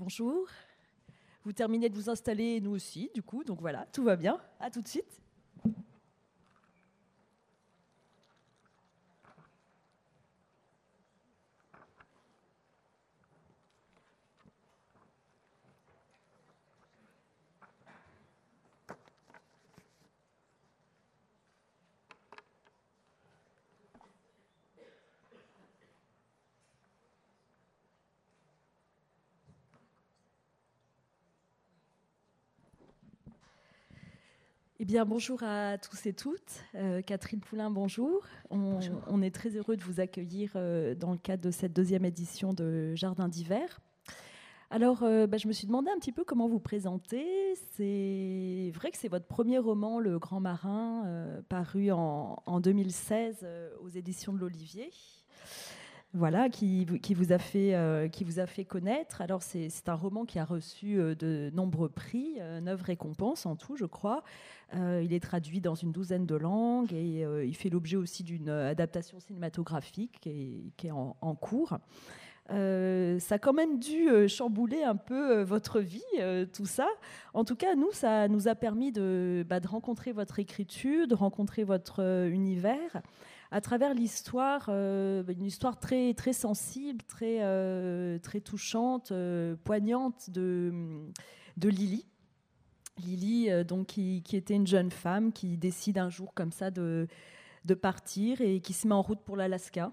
Bonjour. Vous terminez de vous installer, nous aussi, du coup, donc voilà, tout va bien. À tout de suite. Eh bien, bonjour à tous et toutes. Catherine Poulain, bonjour. On est très heureux de vous accueillir dans le cadre de cette deuxième édition de Jardin d'hiver. Alors, je me suis demandé un petit peu comment vous présenter. C'est vrai que c'est votre premier roman, Le Grand Marin, paru en 2016 aux éditions de l'Olivier. Voilà, qui vous a fait connaître. Alors, c'est un roman qui a reçu de nombreux prix, 9 récompenses en tout, je crois. Il est traduit dans une douzaine de langues et il fait l'objet aussi d'une adaptation cinématographique qui est en cours. Ça a quand même dû chambouler un peu votre vie, tout ça. En tout cas, nous, ça nous a permis de rencontrer votre écriture, de rencontrer votre univers à travers l'histoire, une histoire très, très sensible, très, très touchante, poignante de Lily. Lily, donc, qui était une jeune femme qui décide un jour comme ça de partir et qui se met en route pour l'Alaska.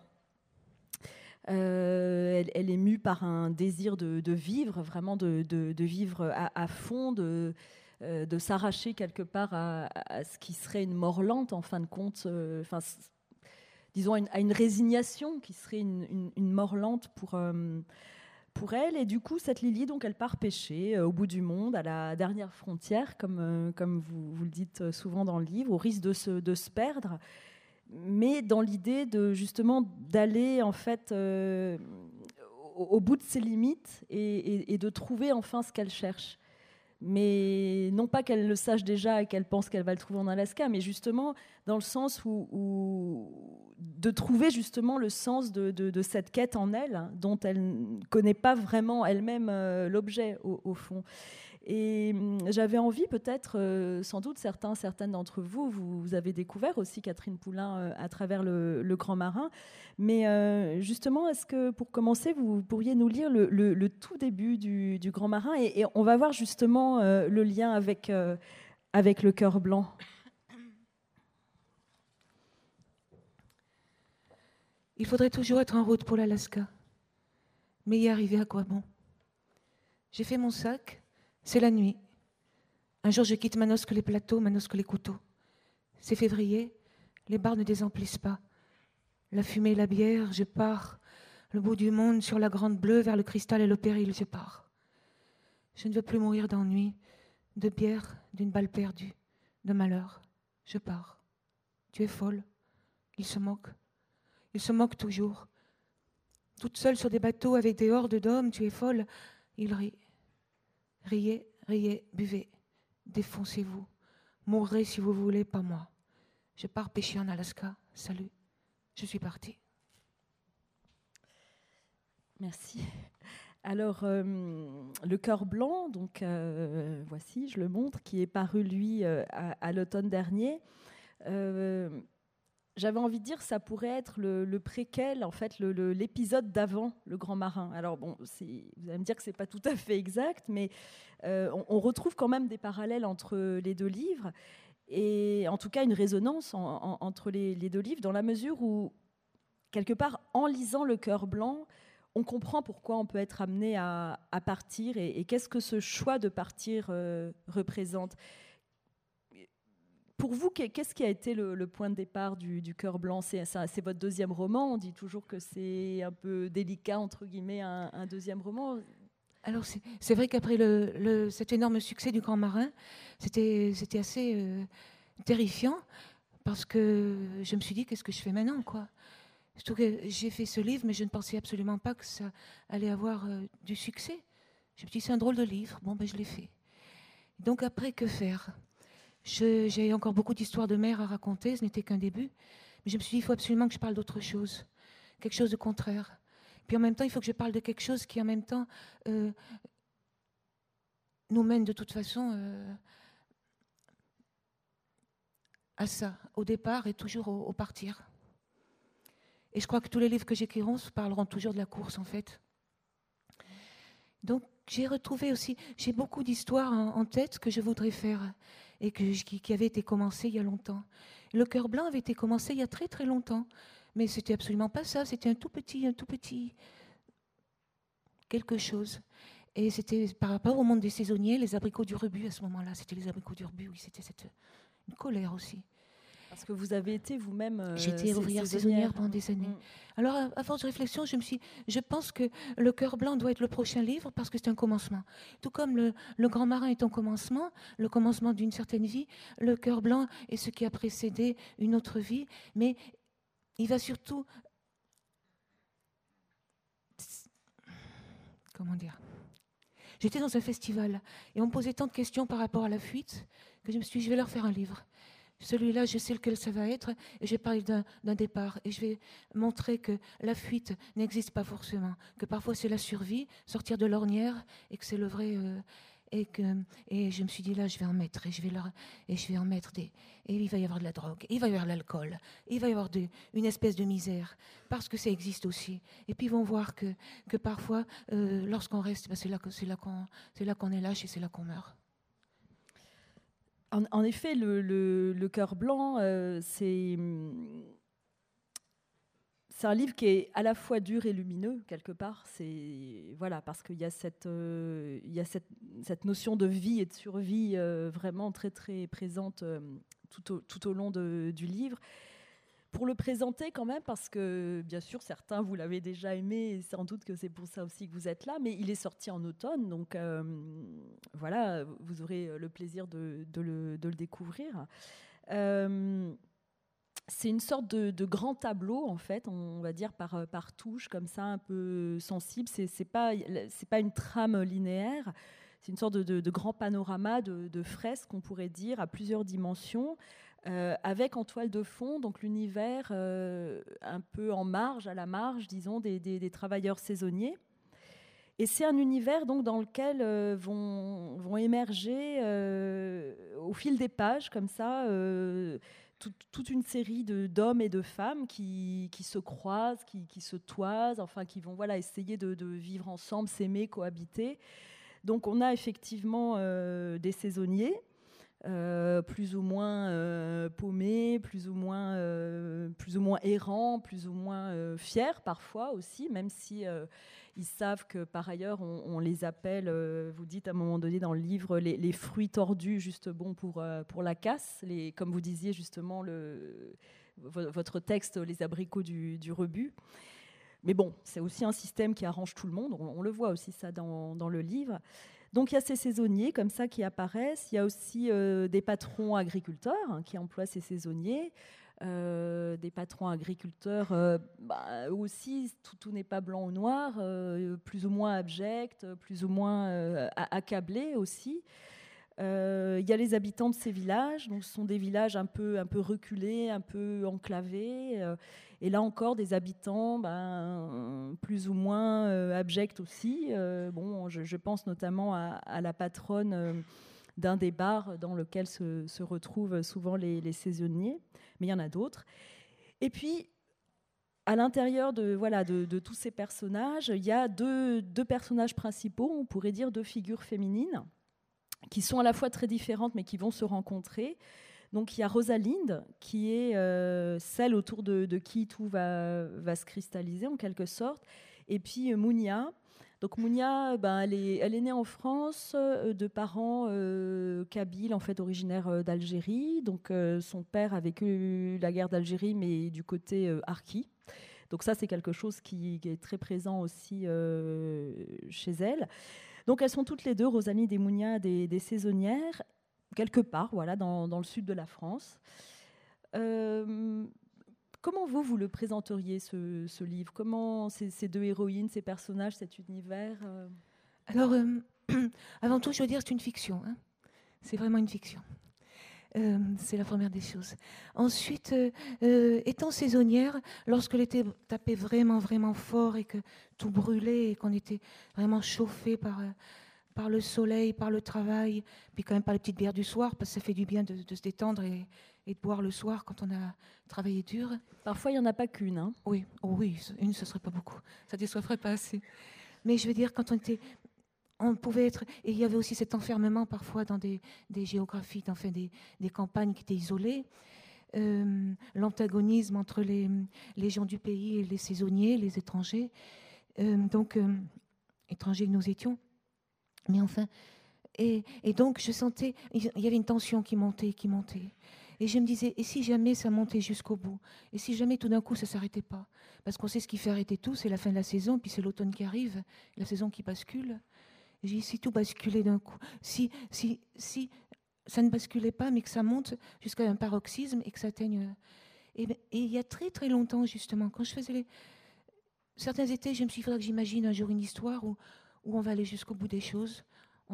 Elle est mue par un désir de vivre, vraiment de vivre à fond, de s'arracher quelque part à ce qui serait une mort lente en fin de compte, disons à une résignation qui serait une mort lente pour elle. Et du coup, cette Lily, donc, elle part pêcher au bout du monde, à la dernière frontière, comme vous le dites souvent dans le livre, au risque de se perdre, mais dans l'idée de justement d'aller en fait au bout de ses limites et de trouver enfin ce qu'elle cherche. Mais non pas qu'elle le sache déjà et qu'elle pense qu'elle va le trouver en Alaska, mais justement dans le sens où de trouver justement le sens de cette quête en elle, hein, dont elle ne connaît pas vraiment elle-même l'objet au fond. Et j'avais envie peut-être, sans doute certaines d'entre vous, vous avez découvert aussi Catherine Poulain à travers le Grand Marin. Mais justement, est-ce que pour commencer, vous pourriez nous lire le tout début du Grand Marin et on va voir justement le lien avec le cœur blanc. Il faudrait toujours être en route pour l'Alaska. Mais y arriver à quoi bon? J'ai fait mon sac. C'est la nuit. Un jour, je quitte Manosque les plateaux, Manosque les couteaux. C'est février, les bars ne désemplissent pas. La fumée, la bière, je pars. Le bout du monde, sur la grande bleue, vers le cristal et le péril, je pars. Je ne veux plus mourir d'ennui, de bière, d'une balle perdue, de malheur. Je pars. Tu es folle. Il se moque. Il se moque toujours. Toute seule sur des bateaux avec des hordes d'hommes, tu es folle. Il rit. Riez, riez, buvez, défoncez-vous, mourrez si vous voulez, pas moi. Je pars pêcher en Alaska, salut, je suis partie. Merci. Alors, Le Cœur blanc, donc voici, je le montre, qui est paru, lui, à l'automne dernier. J'avais envie de dire ça pourrait être le préquel, en fait, l'épisode d'avant Le Grand Marin. Alors bon, vous allez me dire que c'est pas tout à fait exact, mais on retrouve quand même des parallèles entre les deux livres, et en tout cas une résonance entre les deux livres, dans la mesure où, quelque part, en lisant Le Cœur blanc, on comprend pourquoi on peut être amené à partir et qu'est-ce que ce choix de partir représente. Pour vous, qu'est-ce qui a été le point de départ du Cœur blanc? C'est votre deuxième roman. On dit toujours que c'est un peu délicat, entre guillemets, un deuxième roman. Alors, c'est vrai qu'après cet énorme succès du Grand Marin, c'était assez terrifiant, parce que je me suis dit, qu'est-ce que je fais maintenant, quoi? Surtout que j'ai fait ce livre, mais je ne pensais absolument pas que ça allait avoir du succès. Je me suis dit, c'est un drôle de livre. Bon, je l'ai fait. Donc après, que faire? J'ai encore beaucoup d'histoires de mer à raconter, ce n'était qu'un début. Mais je me suis dit, il faut absolument que je parle d'autre chose, quelque chose de contraire. Puis en même temps, il faut que je parle de quelque chose qui, en même temps, nous mène de toute façon à ça, au départ et toujours au partir. Et je crois que tous les livres que j'écrirai parleront toujours de la course, en fait. Donc, j'ai retrouvé aussi, j'ai beaucoup d'histoires en tête que je voudrais faire et qui avaient été commencées il y a longtemps. Le Cœur blanc avait été commencé il y a très très longtemps, mais c'était absolument pas ça, c'était un tout petit quelque chose. Et c'était par rapport au monde des saisonniers, les abricots du rebut à ce moment-là, c'était les abricots du rebut, oui, c'était une colère aussi. Parce que vous avez été vous-même J'étais ouvrière saisonnière pendant des années. Alors, à force de réflexion, je pense que Le Cœur blanc doit être le prochain livre parce que c'est un commencement. Tout comme le Grand Marin est un commencement, le commencement d'une certaine vie, Le Cœur blanc est ce qui a précédé une autre vie, mais il va surtout... Comment dire ? J'étais dans un festival et on me posait tant de questions par rapport à la fuite que je me suis dit, je vais leur faire un livre. Celui-là, je sais lequel ça va être, et je vais parler d'un départ, et je vais montrer que la fuite n'existe pas forcément, que parfois c'est la survie, sortir de l'ornière, et que c'est le vrai... et je me suis dit, là, je vais en mettre, et je vais en mettre des... Et il va y avoir de la drogue, il va y avoir de l'alcool, il va y avoir une espèce de misère, parce que ça existe aussi. Et puis ils vont voir que parfois, lorsqu'on reste, ben c'est là qu'on est lâche et c'est là qu'on meurt. En effet, le Cœur blanc, c'est un livre qui est à la fois dur et lumineux, quelque part. Voilà, parce qu'il y a cette notion de vie et de survie vraiment très, très présente tout au long du livre. Pour le présenter quand même, parce que bien sûr certains vous l'avez déjà aimé et sans doute que c'est pour ça aussi que vous êtes là, mais il est sorti en automne, donc voilà, vous aurez le plaisir de le découvrir. C'est une sorte de grand tableau en fait, on va dire par touche comme ça, un peu sensible. C'est pas une trame linéaire. C'est une sorte de grand panorama de fresques, on pourrait dire, à plusieurs dimensions. Avec en toile de fond donc l'univers un peu à la marge, disons, des travailleurs saisonniers. Et c'est un univers donc dans lequel vont émerger au fil des pages, comme ça, toute une série d'hommes et de femmes qui se croisent, qui se toisent, enfin qui vont essayer de vivre ensemble, s'aimer, cohabiter. Donc on a effectivement des saisonniers, plus ou moins paumés, plus ou moins errants, plus ou moins fiers parfois aussi, même si ils savent que par ailleurs on les appelle, vous dites à un moment donné dans le livre, les fruits tordus, juste bons pour la casse, comme vous disiez justement votre texte, les abricots du rebut. Mais bon, c'est aussi un système qui arrange tout le monde, on le voit aussi ça dans le livre. Donc il y a ces saisonniers comme ça qui apparaissent. Il y a aussi des patrons agriculteurs qui emploient ces saisonniers. Des patrons agriculteurs, aussi, tout n'est pas blanc ou noir, plus ou moins abjects, plus ou moins accablés aussi. Il y a les habitants de ces villages, donc ce sont des villages un peu reculés, un peu enclavés. Et là encore, des habitants plus ou moins abjects aussi. Je pense notamment à la patronne d'un des bars dans lequel se retrouvent souvent les saisonniers, mais il y en a d'autres. Et puis, à l'intérieur de tous ces personnages, il y a deux personnages principaux, on pourrait dire deux figures féminines, qui sont à la fois très différentes, mais qui vont se rencontrer. Donc il y a Rosalinde, qui est celle autour de qui tout va se cristalliser en quelque sorte. Et puis Mounia. Donc Mounia, elle est née en France de parents kabyles, en fait originaires d'Algérie. Donc son père a vécu la guerre d'Algérie, mais du côté harki. Donc ça, c'est quelque chose qui est très présent aussi chez elle. Donc elles sont toutes les deux, Rosalinde et Mounia, des saisonnières, quelque part, dans le sud de la France. Comment vous le présenteriez, ce livre ? Comment ces deux héroïnes, ces personnages, cet univers Alors, avant tout, je veux dire, c'est une fiction. Hein. C'est vraiment une fiction. C'est la première des choses. Ensuite, étant saisonnière, lorsque l'été tapait vraiment, vraiment fort et que tout brûlait et qu'on était vraiment chauffé par le soleil, par le travail, puis quand même par les petites bières du soir, parce que ça fait du bien de se détendre et de boire le soir quand on a travaillé dur. Parfois, il n'y en a pas qu'une. Hein. Oui, oh oui, une, ce serait pas beaucoup. Ça déçoiverait pas assez. Mais je veux dire, quand on pouvait être... Et il y avait aussi cet enfermement parfois dans des géographies, enfin des campagnes qui étaient isolées. L'antagonisme entre les gens du pays et les saisonniers, les étrangers. Étrangers que nous étions. Mais enfin, et donc je sentais, il y avait une tension qui montait. Et je me disais, et si jamais ça montait jusqu'au bout? Et si jamais tout d'un coup ça ne s'arrêtait pas? Parce qu'on sait ce qui fait arrêter tout, c'est la fin de la saison, puis c'est l'automne qui arrive, la saison qui bascule. Et j'ai dit, si tout basculait d'un coup, si ça ne basculait pas, mais que ça monte jusqu'à un paroxysme et que ça atteigne... Et il y a très très longtemps, justement, quand je faisais certains étés, je me suis dit, il faudrait que j'imagine un jour une histoire où on va aller jusqu'au bout des choses,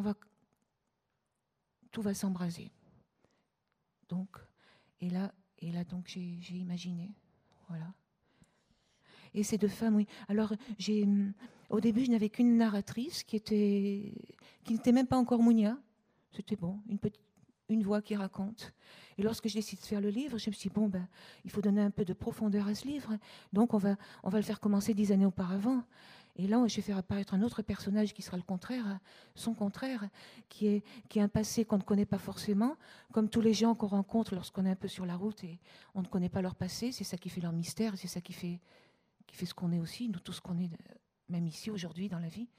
tout va s'embraser. Donc, et là, donc j'ai imaginé, voilà. Et ces deux femmes, oui. Alors, au début, je n'avais qu'une narratrice qui n'était même pas encore Mounia. C'était bon, une voix qui raconte. Et lorsque j'ai décidé de faire le livre, je me suis dit, bon, il faut donner un peu de profondeur à ce livre. Donc, on va le faire commencer 10 années auparavant. Et là, je vais faire apparaître un autre personnage qui sera le contraire, son contraire, qui est un passé qu'on ne connaît pas forcément, comme tous les gens qu'on rencontre lorsqu'on est un peu sur la route et on ne connaît pas leur passé. C'est ça qui fait leur mystère, c'est ça qui fait ce qu'on est aussi, nous tous ce qu'on est, même ici aujourd'hui dans la vie.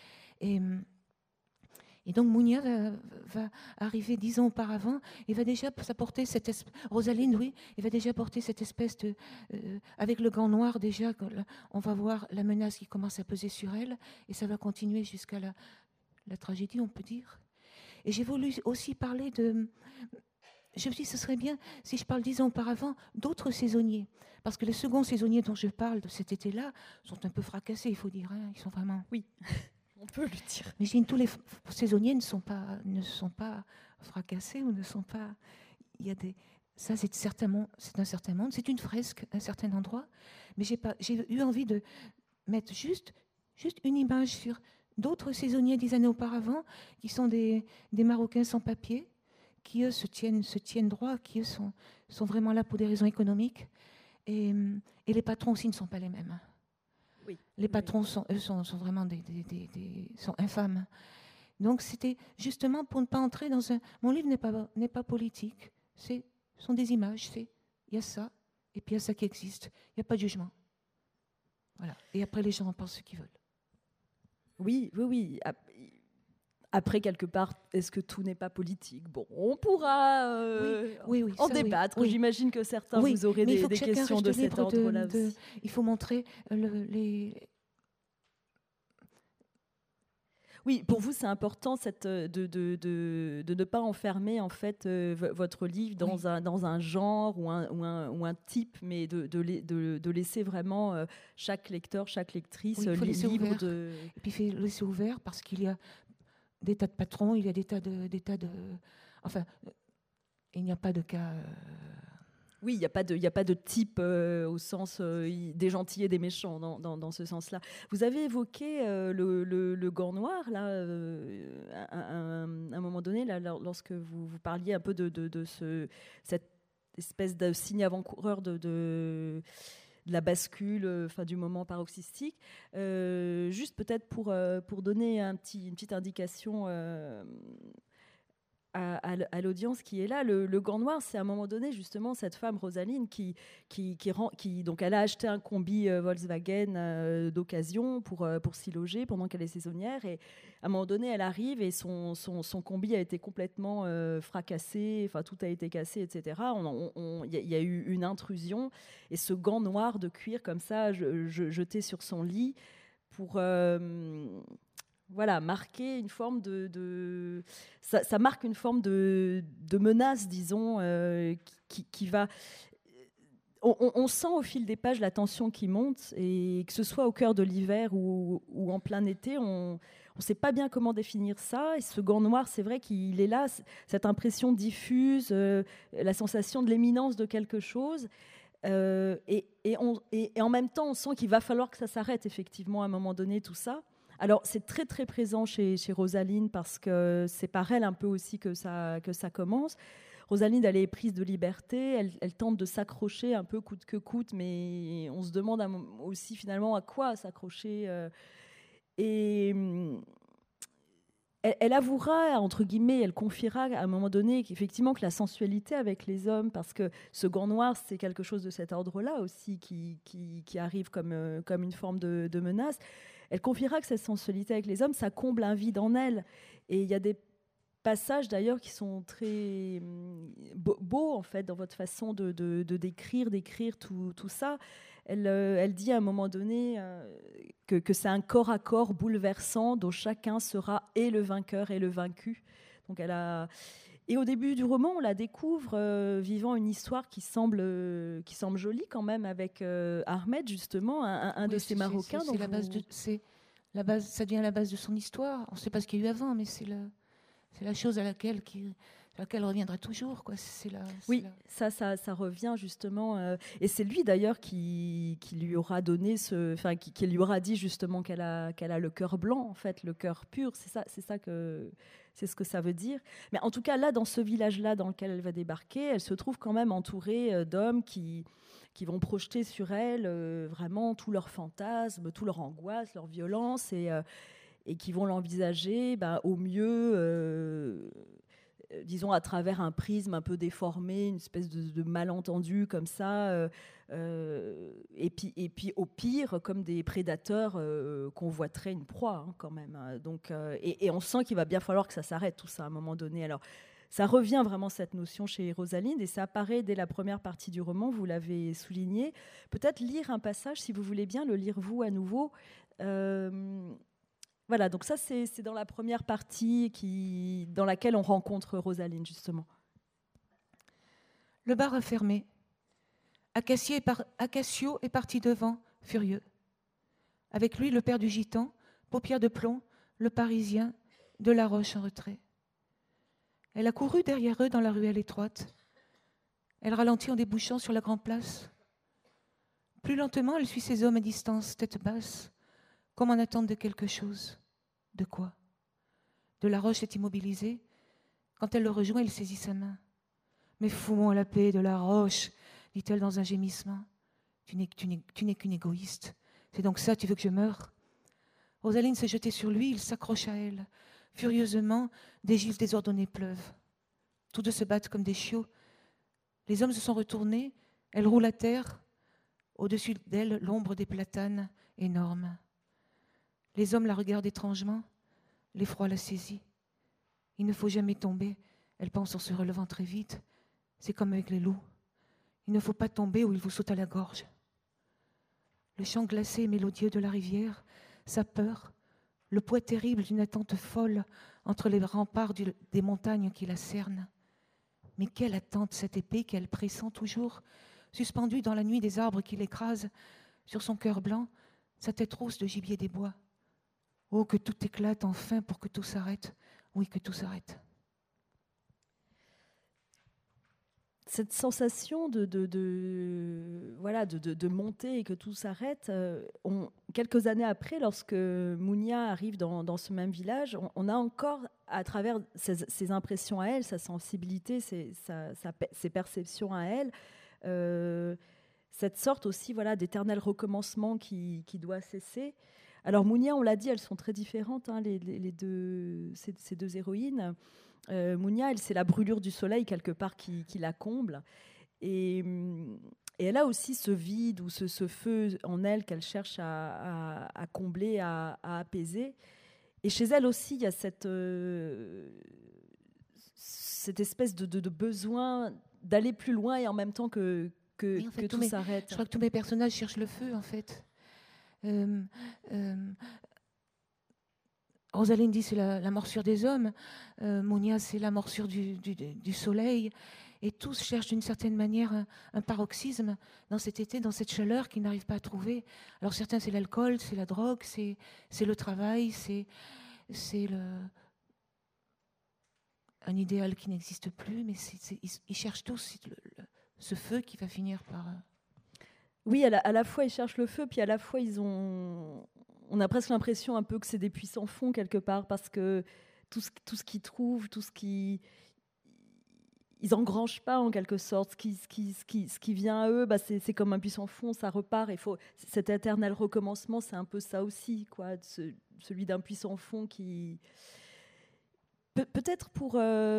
Et donc Mounia va arriver 10 ans auparavant et va déjà apporter Rosaline, oui, elle va déjà apporter cette espèce de... avec le gant noir déjà, on va voir la menace qui commence à peser sur elle et ça va continuer jusqu'à la tragédie, on peut dire. Et j'ai voulu aussi parler de... Je me dis, ce serait bien si je parle 10 ans auparavant d'autres saisonniers. Parce que les seconds saisonniers dont je parle de cet été-là sont un peu fracassés, il faut dire. Hein. Ils sont vraiment... Oui. On peut le dire. Mais je dis, tous les saisonniers ne sont pas fracassés ou ne sont pas... Il y a des... Ça, c'est un certain monde. C'est une fresque, un certain endroit. Mais j'ai eu envie de mettre juste une image sur d'autres saisonniers 10 années auparavant, qui sont des Marocains sans papier, qui, eux, se tiennent droit, qui, eux, sont vraiment là pour des raisons économiques. Et les patrons aussi ne sont pas les mêmes. Oui. Les patrons, sont vraiment sont infâmes. Donc, c'était justement pour ne pas entrer dans un... Mon livre n'est pas politique. Ce sont des images. Il y a ça, et puis il y a ça qui existe. Il n'y a pas de jugement. Voilà. Et après, les gens en pensent ce qu'ils veulent. Oui. Après, quelque part, est-ce que tout n'est pas politique? Bon, on pourra en débattre. Oui. J'imagine que certains, vous aurez des questions de cet ordre-là aussi. Il faut montrer Oui, pour vous, c'est important de ne pas enfermer en fait votre livre dans un genre ou un type, mais de laisser vraiment chaque lecteur, chaque lectrice libre de... Et puis il faut laisser ouvert parce qu'il y a des tas de patrons, il y a des tas de... Enfin, il n'y a pas de cas... Oui, il n'y a pas de type au sens des gentils et des méchants dans ce sens-là. Vous avez évoqué le gant noir, là, à un moment donné, là, lorsque vous parliez un peu de cette espèce de signe avant-coureur de la bascule, du moment paroxystique. Juste peut-être pour donner une petite indication à l'audience qui est là, le gant noir, c'est à un moment donné justement cette femme Rosaline qui donc elle a acheté un combi Volkswagen d'occasion pour s'y loger pendant qu'elle est saisonnière, et à un moment donné elle arrive et son combi a été complètement fracassé, enfin tout a été cassé, etc. Il y a eu une intrusion et ce gant noir de cuir comme ça jeté sur son lit pour marquer une forme ça marque une forme de menace, disons, qui va... On sent au fil des pages la tension qui monte, et que ce soit au cœur de l'hiver ou en plein été, on ne sait pas bien comment définir ça. Et ce gant noir, c'est vrai qu'il est là, cette impression diffuse, la sensation de l'éminence de quelque chose. Et en même temps, on sent qu'il va falloir que ça s'arrête, effectivement, à un moment donné, tout ça. Alors, c'est très, très présent chez Rosaline parce que c'est par elle un peu aussi que ça commence. Rosaline, elle est prise de liberté, elle tente de s'accrocher un peu coûte que coûte, mais on se demande aussi finalement à quoi s'accrocher. Et elle avouera, entre guillemets, elle confiera à un moment donné qu'effectivement que la sensualité avec les hommes, parce que ce gant noir, c'est quelque chose de cet ordre-là aussi qui arrive comme une forme de menace. Elle confiera que cette sensualité avec les hommes, ça comble un vide en elle. Et il y a des passages d'ailleurs qui sont très beaux en fait dans votre façon de décrire tout ça. Elle dit à un moment donné que c'est un corps à corps bouleversant dont chacun sera et le vainqueur et le vaincu. Donc et au début du roman, on la découvre vivant une histoire qui semble jolie quand même avec Ahmed justement, un de ces Marocains. C'est la base, ça devient la base de son histoire. On ne sait pas ce qu'il y a eu avant, mais c'est la chose à laquelle reviendra toujours, quoi. Oui, ça revient justement, et c'est lui d'ailleurs qui lui aura donné qui lui aura dit justement qu'elle a le cœur blanc, en fait, le cœur pur. C'est ce que ça veut dire. Mais en tout cas, là, dans ce village-là dans lequel elle va débarquer, elle se trouve quand même entourée d'hommes qui vont projeter sur elle vraiment tous leurs fantasmes, toute leur angoisse, leur violence, et qui vont l'envisager au mieux, disons, à travers un prisme un peu déformé, une espèce de malentendu comme ça, et puis au pire, comme des prédateurs convoiteraient une proie, hein, quand même. Donc, et on sent qu'il va bien falloir que ça s'arrête, tout ça, à un moment donné. Alors, ça revient vraiment, cette notion chez Rosaline, et ça apparaît dès la première partie du roman, vous l'avez souligné. Peut-être lire un passage, si vous voulez bien, le lire vous à nouveau. Voilà, donc ça, c'est dans la première partie dans laquelle on rencontre Rosaline, justement. Le bar a fermé. Acacio est parti devant, furieux. Avec lui, le père du gitan, paupières de plomb, le Parisien, de la Roche en retrait. Elle a couru derrière eux dans la ruelle étroite. Elle ralentit en débouchant sur la grande place. Plus lentement, elle suit ces hommes à distance, tête basse, comme en attente de quelque chose. De quoi ? De la Roche est immobilisée. Quand elle le rejoint, il saisit sa main. « Mais fous-moi la paix, de la Roche !» dit-elle dans un gémissement. « Tu n'es qu'une égoïste. C'est donc ça, tu veux que je meure ?» Rosaline s'est jetée sur lui, il s'accroche à elle. Furieusement, des gifles désordonnées pleuvent. Tous deux se battent comme des chiots. Les hommes se sont retournés, elle roule à terre. Au-dessus d'elle, l'ombre des platanes, énorme. Les hommes la regardent étrangement. L'effroi la saisit. Il ne faut jamais tomber. Elle pense en se relevant très vite. C'est comme avec les loups. Il ne faut pas tomber ou il vous saute à la gorge. Le chant glacé et mélodieux de la rivière, sa peur, le poids terrible d'une attente folle entre les remparts des montagnes qui la cernent. Mais quelle attente, cette épée qu'elle pressent toujours, suspendue dans la nuit des arbres qui l'écrasent, sur son cœur blanc, sa tête rousse de gibier des bois. Oh, que tout éclate enfin pour que tout s'arrête. Oui, que tout s'arrête. Cette sensation de monter et que tout s'arrête, quelques années après, lorsque Mounia arrive dans ce même village, on a encore, à travers ses impressions à elle, sa sensibilité, ses perceptions à elle, cette sorte aussi d'éternel recommencement qui doit cesser. Alors Mounia, on l'a dit, elles sont très différentes, hein, ces deux héroïnes. Mounia, elle, c'est la brûlure du soleil quelque part qui la comble. Et elle a aussi ce vide ou ce feu en elle qu'elle cherche à combler, à apaiser. Et chez elle aussi, il y a cette espèce de besoin d'aller plus loin et en même temps que tout s'arrête. Je crois que tous mes personnages cherchent le feu, en fait. Rosaline dit c'est la morsure des hommes, Mounia c'est la morsure du soleil, et tous cherchent d'une certaine manière un paroxysme dans cet été, dans cette chaleur qu'ils n'arrivent pas à trouver. Alors certains c'est l'alcool, c'est la drogue, c'est le travail, c'est un idéal qui n'existe plus, mais ils cherchent tous ce feu qui va finir par... Oui, à la fois ils cherchent le feu, puis à la fois ils ont on a presque l'impression un peu que c'est des puits sans fond quelque part, parce que tout ce qu'ils trouvent, tout ce qui... Ils engrangent pas en quelque sorte. Ce qui vient à eux, c'est comme un puits sans fond, ça repart. Cet éternel recommencement, c'est un peu ça aussi, quoi, celui d'un puits sans fond qui... Peut-être pour...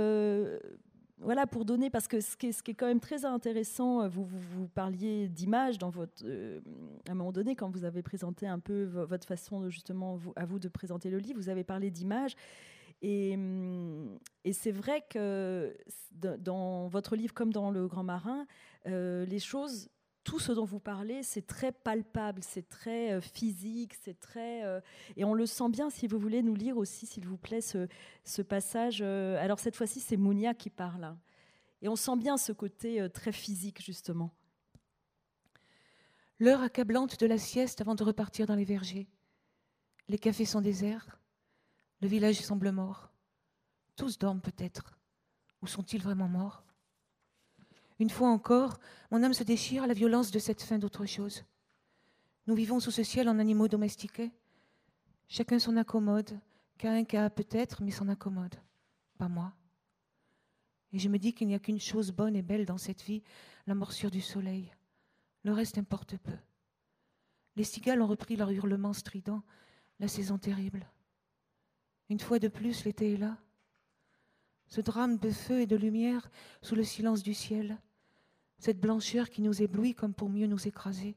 voilà, pour donner, parce que ce qui est quand même très intéressant, vous parliez d'images dans votre, à un moment donné, quand vous avez présenté un peu votre façon, justement, à vous de présenter le livre, vous avez parlé d'images. Et c'est vrai que dans votre livre, comme dans Le Grand Marin, les choses, tout ce dont vous parlez, c'est très palpable, c'est très physique, c'est très... et on le sent bien, si vous voulez nous lire aussi, s'il vous plaît, ce passage. Alors cette fois-ci, c'est Mounia qui parle. Hein. Et on sent bien ce côté très physique, justement. L'heure accablante de la sieste avant de repartir dans les vergers. Les cafés sont déserts. Le village semble mort. Tous dorment peut-être. Ou sont-ils vraiment morts ? Une fois encore, mon âme se déchire à la violence de cette fin d'autre chose. Nous vivons sous ce ciel en animaux domestiqués. Chacun s'en accommode, qu'à un cas peut-être, mais s'en accommode. Pas moi. Et je me dis qu'il n'y a qu'une chose bonne et belle dans cette vie, la morsure du soleil. Le reste importe peu. Les cigales ont repris leur hurlement strident, la saison terrible. Une fois de plus, l'été est là. Ce drame de feu et de lumière sous le silence du ciel, cette blancheur qui nous éblouit comme pour mieux nous écraser.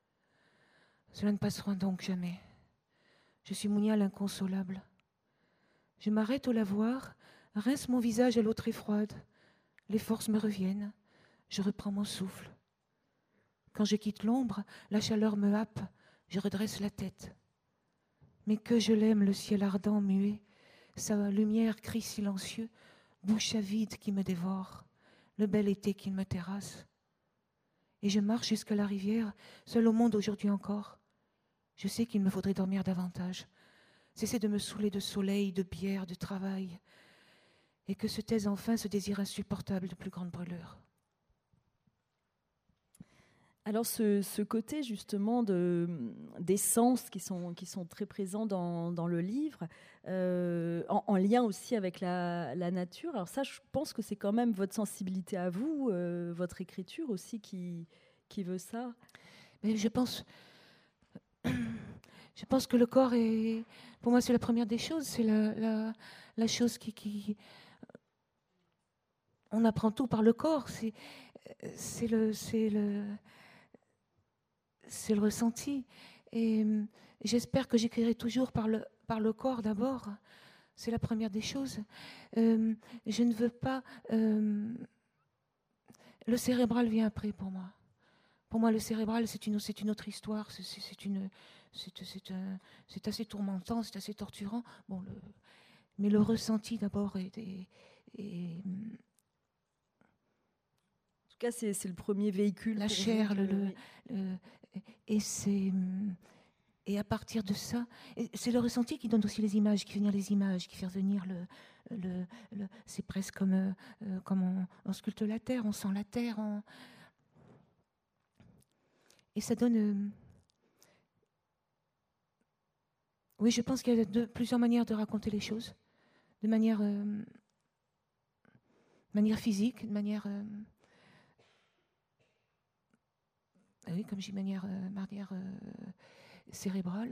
Cela ne passera donc jamais. Je suis Mounia l'inconsolable. Je m'arrête au lavoir, rince mon visage à l'eau très froide. Les forces me reviennent, je reprends mon souffle. Quand je quitte l'ombre, la chaleur me happe, je redresse la tête. Mais que je l'aime, le ciel ardent, muet, sa lumière, cri silencieux, bouche avide qui me dévore, le bel été qui me terrasse. Et je marche jusqu'à la rivière, seule au monde aujourd'hui encore. Je sais qu'il me faudrait dormir davantage, cesser de me saouler de soleil, de bière, de travail, et que se taise enfin ce désir insupportable de plus grande brûlure. Alors ce côté justement des sens qui sont très présents dans le livre, en lien aussi avec la nature. Alors ça, je pense que c'est quand même votre sensibilité à vous, votre écriture aussi qui veut ça. Mais je pense que le corps est, pour moi, c'est la première des choses. C'est la chose qui on apprend tout par le corps. C'est le ressenti. Et j'espère que j'écrirai toujours par le corps d'abord. C'est la première des choses. Je ne veux pas... le cérébral vient après pour moi. Pour moi, le cérébral, c'est une autre histoire. C'est assez tourmentant, c'est assez torturant. Bon, mais le ressenti d'abord est en tout cas, c'est le premier véhicule. La chair, et à partir de ça, c'est le ressenti qui donne aussi les images, qui fait venir les images, qui fait venir c'est presque comme on sculpte la terre, on sent la terre. Et ça donne... Oui, je pense qu'il y a plusieurs manières de raconter les choses. De manière physique, de manière... oui, comme j'ai manière cérébrale.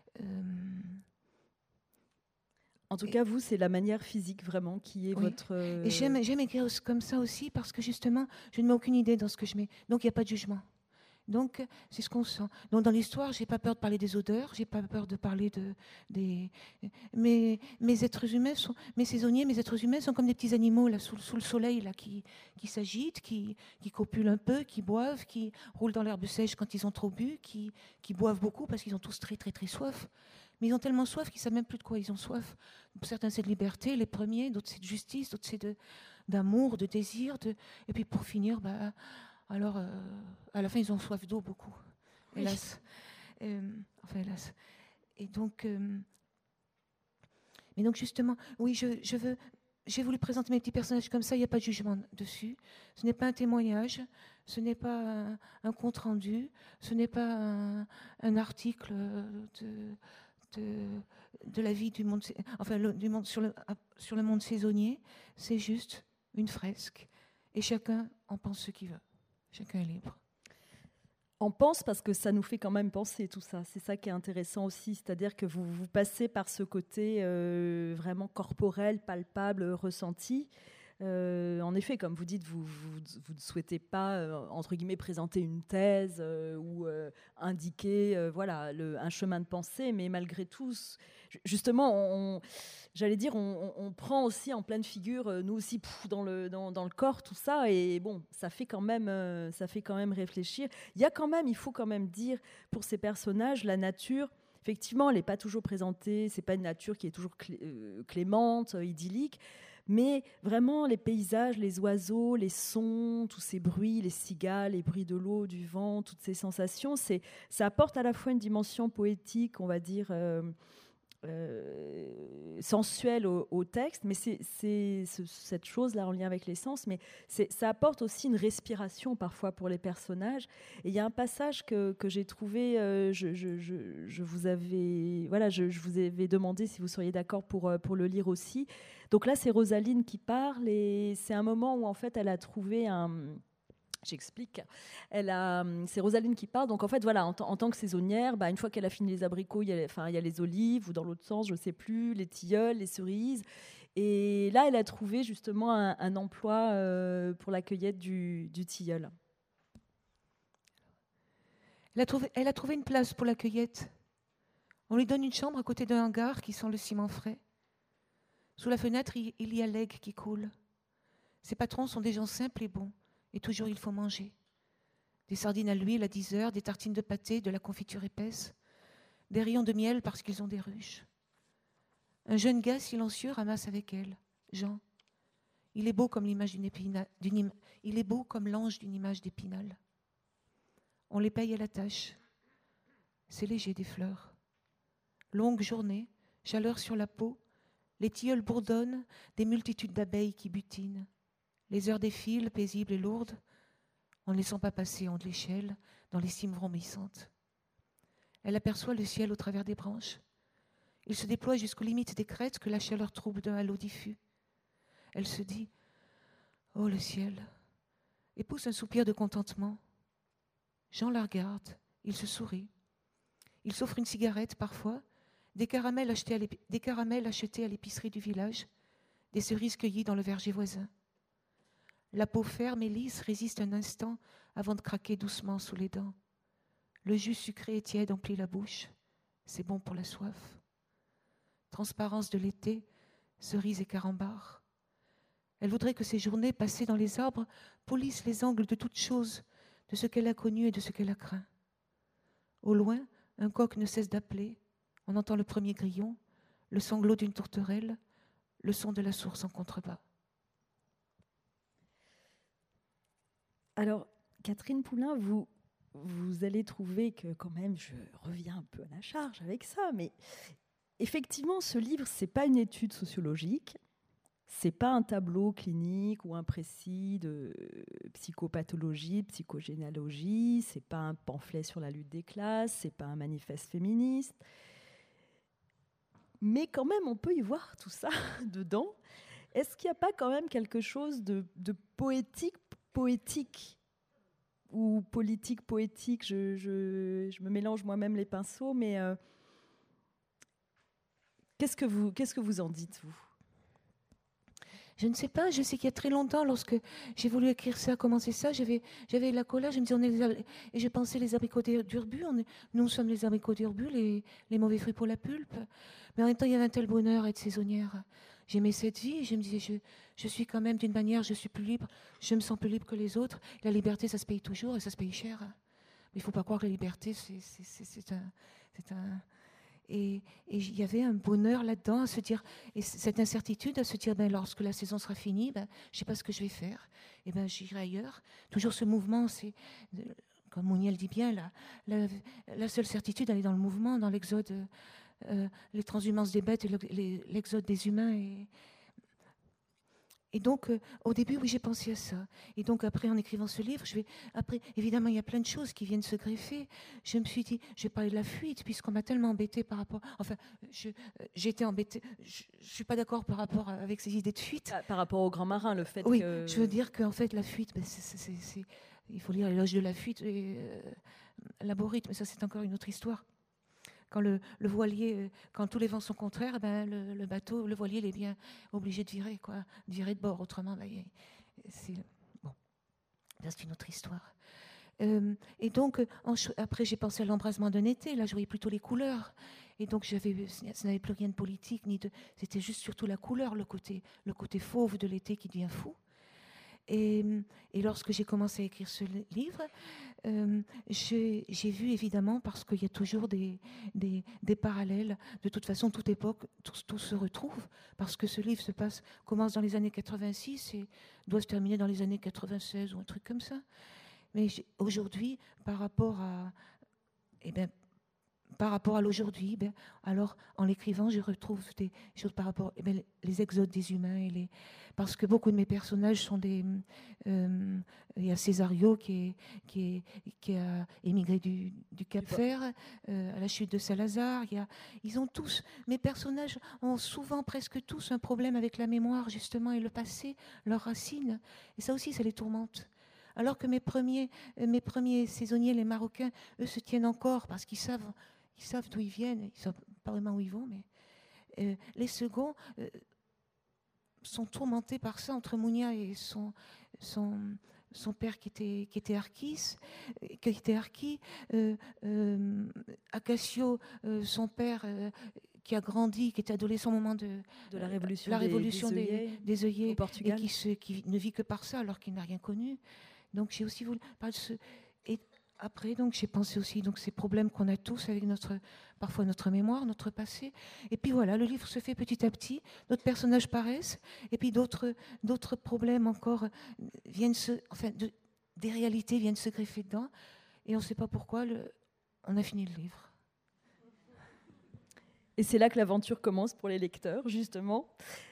En tout cas, vous, c'est la manière physique vraiment qui est votre... Et j'aime écrire comme ça aussi parce que justement, je ne mets aucune idée dans ce que je mets. Donc, il n'y a pas de jugement. Donc, c'est ce qu'on sent. Donc, dans l'histoire, je n'ai pas peur de parler des odeurs, je n'ai pas peur de parler mes êtres humains sont... Mes saisonniers, mes êtres humains sont comme des petits animaux là, sous le soleil là, qui s'agitent, qui copulent un peu, qui boivent, qui roulent dans l'herbe sèche quand ils ont trop bu, qui boivent beaucoup parce qu'ils ont tous très, très, très soif. Mais ils ont tellement soif qu'ils ne savent même plus de quoi ils ont soif. Certains, c'est de liberté, les premiers, d'autres, c'est de justice, d'autres, c'est d'amour, de désir. Et puis, pour finir... alors, à la fin, ils ont soif d'eau beaucoup, hélas. Enfin, hélas. Et donc, mais donc justement, oui, j'ai voulu présenter mes petits personnages comme ça, il n'y a pas de jugement dessus. Ce n'est pas un témoignage. ce n'est pas un compte-rendu, ce n'est pas un article de la vie du monde, enfin du monde sur le monde saisonnier, c'est juste une fresque. Et chacun en pense ce qu'il veut. Chacun est libre. On pense parce que ça nous fait quand même penser tout ça. C'est ça qui est intéressant aussi, c'est-à-dire que vous passez par ce côté vraiment corporel, palpable, ressenti. En effet, comme vous dites, vous ne souhaitez pas, entre guillemets, présenter une thèse ou indiquer un chemin de pensée, mais malgré tout, justement, on prend aussi en pleine figure, nous aussi, dans le corps, tout ça, et bon, ça fait quand même réfléchir. Il faut quand même dire, pour ces personnages, la nature, effectivement, elle n'est pas toujours présentée, c'est pas une nature qui est toujours clémente, idyllique, mais vraiment les paysages, les oiseaux, les sons, tous ces bruits, les cigales, les bruits de l'eau, du vent, toutes ces sensations, ça apporte à la fois une dimension poétique, on va dire, sensuelle au texte, mais c'est cette chose-là en lien avec les sens, mais ça apporte aussi une respiration parfois pour les personnages. Et il y a un passage que j'ai trouvé, je vous avais demandé si vous seriez d'accord pour le lire aussi. Donc là, c'est Rosaline qui parle, et c'est un moment où en fait elle a trouvé un... J'explique. C'est Rosaline qui parle. Donc en fait, voilà, en tant que saisonnière, une fois qu'elle a fini les abricots, il y a les olives, ou dans l'autre sens, je ne sais plus, les tilleuls, les cerises. Et là, elle a trouvé justement un emploi pour la cueillette du tilleul. Elle a trouvé une place pour la cueillette. On lui donne une chambre à côté d'un hangar qui sent le ciment frais. Sous la fenêtre, il y a l'aigle qui coule. Ses patrons sont des gens simples et bons. Et toujours, il faut manger. Des sardines à l'huile à 10 heures, des tartines de pâté, de la confiture épaisse, des rayons de miel parce qu'ils ont des ruches. Un jeune gars silencieux ramasse avec elle, Jean. Il est beau comme l'image il est beau comme l'ange d'une image d'Épinal. On les paye à la tâche. C'est léger des fleurs. Longue journée, chaleur sur la peau, les tilleuls bourdonnent, des multitudes d'abeilles qui butinent. Les heures défilent, paisibles et lourdes, en ne laissant pas passer en de l'échelle dans les cimes vrombissantes. Elle aperçoit le ciel au travers des branches. Il se déploie jusqu'aux limites des crêtes que la chaleur trouble d'un halo diffus. Elle se dit « Oh, le ciel !» et pousse un soupir de contentement. Jean la regarde, il se sourit. Il s'offre une cigarette parfois, des caramels achetés à l'épicerie du village, des cerises cueillies dans le verger voisin. La peau ferme et lisse résiste un instant avant de craquer doucement sous les dents. Le jus sucré et tiède emplit la bouche. C'est bon pour la soif. Transparence de l'été, cerises et carambars. Elle voudrait que ces journées passées dans les arbres polissent les angles de toute chose, de ce qu'elle a connu et de ce qu'elle a craint. Au loin, un coq ne cesse d'appeler. On entend le premier grillon, le sanglot d'une tourterelle, le son de la source en contrebas. Alors, Catherine Poulain, vous allez trouver que quand même, je reviens un peu à la charge avec ça, mais effectivement, ce livre, c'est pas une étude sociologique, c'est pas un tableau clinique ou un précis de psychopathologie, psychogénéalogie, c'est pas un pamphlet sur la lutte des classes, c'est pas un manifeste féministe, mais quand même, on peut y voir tout ça dedans. Est-ce qu'il n'y a pas quand même quelque chose de poétique ou politique poétique, je me mélange moi-même les pinceaux, mais qu'est-ce que vous en dites, vous ? Je ne sais pas, je sais qu'il y a très longtemps, lorsque j'ai voulu écrire ça, commencer ça, j'avais la collage, je me disais, et je pensais les abricots d'Urbu, nous sommes les abricots d'Urbu, les mauvais fruits pour la pulpe, mais en même temps il y avait un tel bonheur à être saisonnière. J'aimais cette vie, et je me disais, je suis quand même d'une manière, je suis plus libre, je me sens plus libre que les autres. La liberté, ça se paye toujours, et ça se paye cher. Mais il ne faut pas croire que la liberté, c'est un... Et il y avait un bonheur là-dedans à se dire, et cette incertitude à se dire, lorsque la saison sera finie, je ne sais pas ce que je vais faire, et j'irai ailleurs. Toujours ce mouvement, c'est, comme Mouniel dit bien, la seule certitude, elle est dans le mouvement, dans l'exode, les transhumances des bêtes et l'exode des humains. Et donc, au début, oui, j'ai pensé à ça. Et donc, après, en écrivant ce livre, après, évidemment, il y a plein de choses qui viennent se greffer. Je me suis dit, je vais parler de la fuite, puisqu'on m'a tellement embêtée par rapport. Enfin, j'ai été embêtée. Je ne suis pas d'accord par rapport avec ces idées de fuite. Par rapport au grand marin, le fait oui, que. Je veux dire qu'en fait, la fuite, ben, il faut lire L'éloge de la fuite et Laborite, mais ça, c'est encore une autre histoire. Quand le voilier, quand tous les vents sont contraires, ben le bateau, le voilier, il est bien obligé de virer, quoi, de virer de bord. Autrement, ben, bon, c'est une autre histoire. Et donc, après, j'ai pensé à l'embrasement d'un été. Là, je voyais plutôt les couleurs. Et donc, ça n'avait plus rien de politique, c'était juste surtout la couleur, le côté fauve de l'été qui devient fou. Et lorsque j'ai commencé à écrire ce livre, j'ai vu évidemment, parce qu'il y a toujours des parallèles, de toute façon, toute époque, tout se retrouve, parce que ce livre commence dans les années 86 et doit se terminer dans les années 96 ou un truc comme ça. Mais aujourd'hui, par rapport à l'aujourd'hui, alors en l'écrivant, je retrouve des choses par rapport les exodes des humains parce que beaucoup de mes personnages sont il y a Césario qui a émigré du Cap-Vert à la chute de Salazar. Mes personnages ont souvent, presque tous, un problème avec la mémoire justement et le passé, leurs racines. Et ça aussi, ça les tourmente. Alors que mes premiers saisonniers, les Marocains, eux se tiennent encore parce qu'ils savent d'où ils viennent, ils ne savent pas vraiment où ils vont, mais les seconds sont tourmentés par ça entre Mounia et son père qui était Arquis, Acacio, son père qui a grandi, qui était adolescent au moment de la révolution des œillets au Portugal, et qui ne vit que par ça alors qu'il n'a rien connu. Donc j'ai aussi voulu parler de ce... Et après, donc, j'ai pensé aussi ces problèmes qu'on a tous avec parfois notre mémoire, notre passé. Et puis voilà, le livre se fait petit à petit, d'autres personnages paraissent, et puis d'autres problèmes encore des réalités viennent se greffer dedans, et on ne sait pas pourquoi, on a fini le livre. Et c'est là que l'aventure commence pour les lecteurs, justement.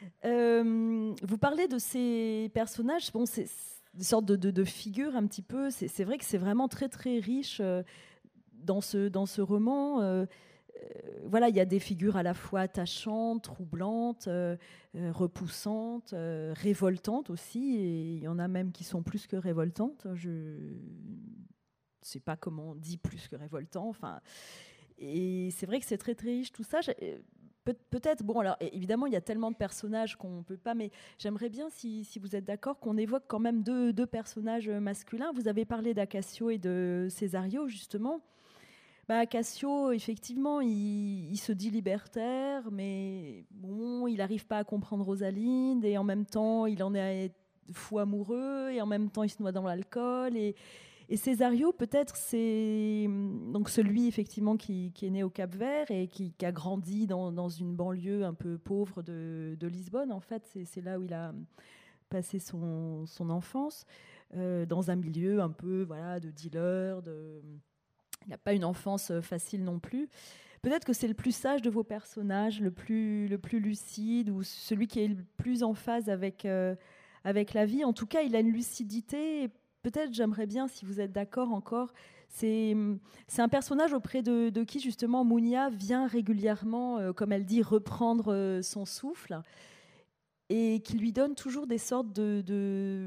Vous parlez de ces personnages, bon, c'est des sortes de figures un petit peu. C'est vrai que c'est vraiment très très riche dans ce roman. Voilà, il y a des figures à la fois attachantes, troublantes, repoussantes, révoltantes aussi, et il y en a même qui sont plus que révoltantes. Je ne sais pas comment on dit plus que révoltant. Enfin, et c'est vrai que c'est très très riche tout ça. Peut-être, bon, alors évidemment, il y a tellement de personnages qu'on ne peut pas, mais j'aimerais bien, si vous êtes d'accord, qu'on évoque quand même deux personnages masculins. Vous avez parlé d'Acacio et de Césario, justement. Acacio, effectivement, il se dit libertaire, mais bon, il n'arrive pas à comprendre Rosalinde, et en même temps, il en est fou amoureux, et en même temps, il se noie dans l'alcool, et Césario, peut-être, c'est donc celui effectivement qui est né au Cap-Vert et qui a grandi dans une banlieue un peu pauvre de Lisbonne. En fait, c'est là où il a passé son enfance, dans un milieu un peu de dealer. Il n'a pas une enfance facile non plus. Peut-être que c'est le plus sage de vos personnages, le plus lucide, ou celui qui est le plus en phase avec la vie. En tout cas, il a une lucidité. Peut-être, j'aimerais bien, si vous êtes d'accord encore, c'est un personnage auprès de qui, justement, Mounia vient régulièrement, comme elle dit, reprendre son souffle, et qui lui donne toujours des sortes de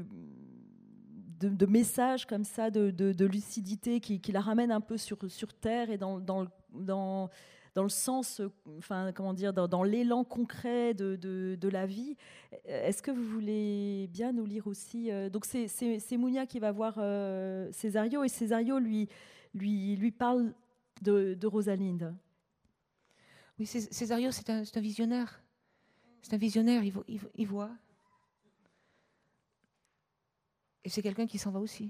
messages comme ça, de lucidité, qui la ramène un peu sur terre et dans le sens, enfin, comment dire, dans l'élan concret de la vie. Est-ce que vous voulez bien nous lire aussi donc c'est Mounia qui va voir Césario, et Césario lui parle de Rosalinde. Oui, Césario, c'est un visionnaire. C'est un visionnaire, il voit. Et c'est quelqu'un qui s'en va aussi.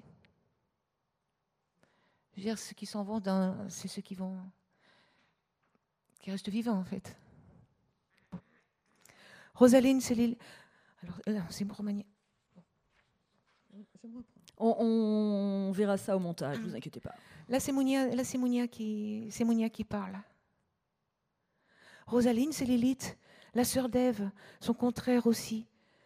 Je veux dire, ceux qui s'en vont, c'est ceux qui restent vivants, en fait. Rosalinde, c'est l'île. Alors là, c'est Romagné. On verra ça au montage, ne vous inquiétez pas. Là, c'est Mounia qui parle. Rosalinde, c'est Lilith, la sœur d'Ève, son contraire aussi.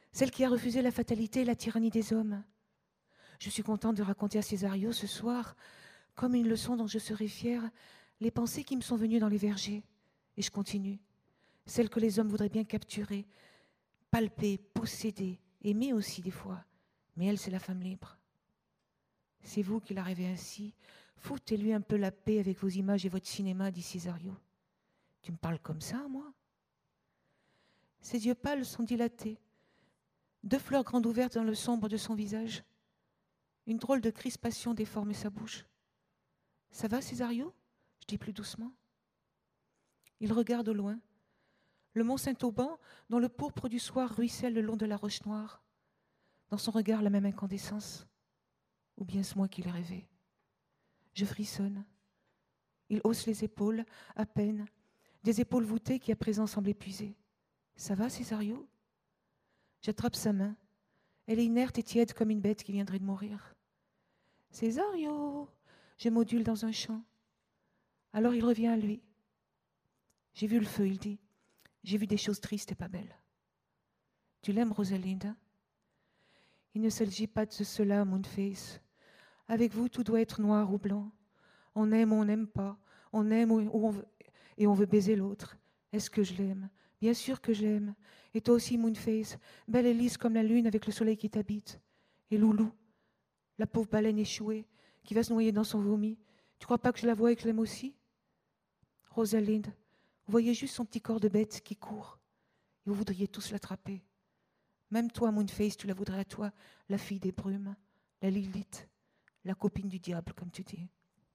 celle qui a refusé la fatalité et la tyrannie des hommes. Je suis contente de raconter à Césario ce soir, comme une leçon dont je serai fière, les pensées qui me sont venues dans les vergers. Et je continue. Celles que les hommes voudraient bien capturer, palper, posséder, aimer aussi des fois. Mais elle, c'est la femme libre. C'est vous qui la rêvez ainsi. Foutez-lui un peu la paix avec vos images et votre cinéma, dit Césario. Tu me parles comme ça, moi? Ses yeux pâles sont dilatés. 2 fleurs grandes ouvertes dans le sombre de son visage. Une drôle de crispation déforme sa bouche. Ça va, Césario? Je dis plus doucement. Il regarde au loin. Le mont Saint-Auban, dont le pourpre du soir ruisselle le long de la roche noire. Dans son regard, la même incandescence. Ou bien est-ce moi qui l'ai rêvé? Je frissonne. Il hausse les épaules, à peine, des épaules voûtées qui à présent semblent épuisées. Ça va, Césario? J'attrape sa main. Elle est inerte et tiède comme une bête qui viendrait de mourir. Césario! Je module dans un chant. Alors il revient à lui. J'ai vu le feu, il dit. J'ai vu des choses tristes et pas belles. Tu l'aimes, Rosalinda? Il ne s'agit pas de cela, Moonface. Avec vous, tout doit être noir ou blanc. On aime ou on n'aime pas. On aime ou on veut, et on veut baiser l'autre. Est-ce que je l'aime? Bien sûr que je l'aime. Et toi aussi, Moonface, belle et lisse comme la lune avec le soleil qui t'habite. Et Loulou, la pauvre baleine échouée, qui va se noyer dans son vomi. Tu crois pas que je la vois et que je l'aime aussi? Rosalind, vous voyez juste son petit corps de bête qui court. Et vous voudriez tous l'attraper. Même toi, Moonface, tu la voudrais à toi, la fille des brumes, la Lilith, la copine du diable, comme tu dis.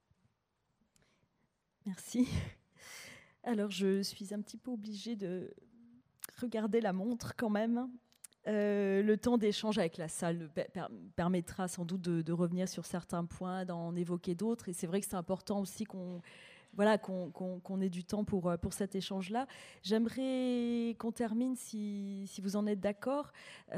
Merci. Alors, je suis un petit peu obligée de regarder la montre quand même. Le temps d'échange avec la salle permettra sans doute de revenir sur certains points, d'en évoquer d'autres. Et c'est vrai que c'est important aussi qu'on ait du temps pour cet échange-là. J'aimerais qu'on termine, si vous en êtes d'accord.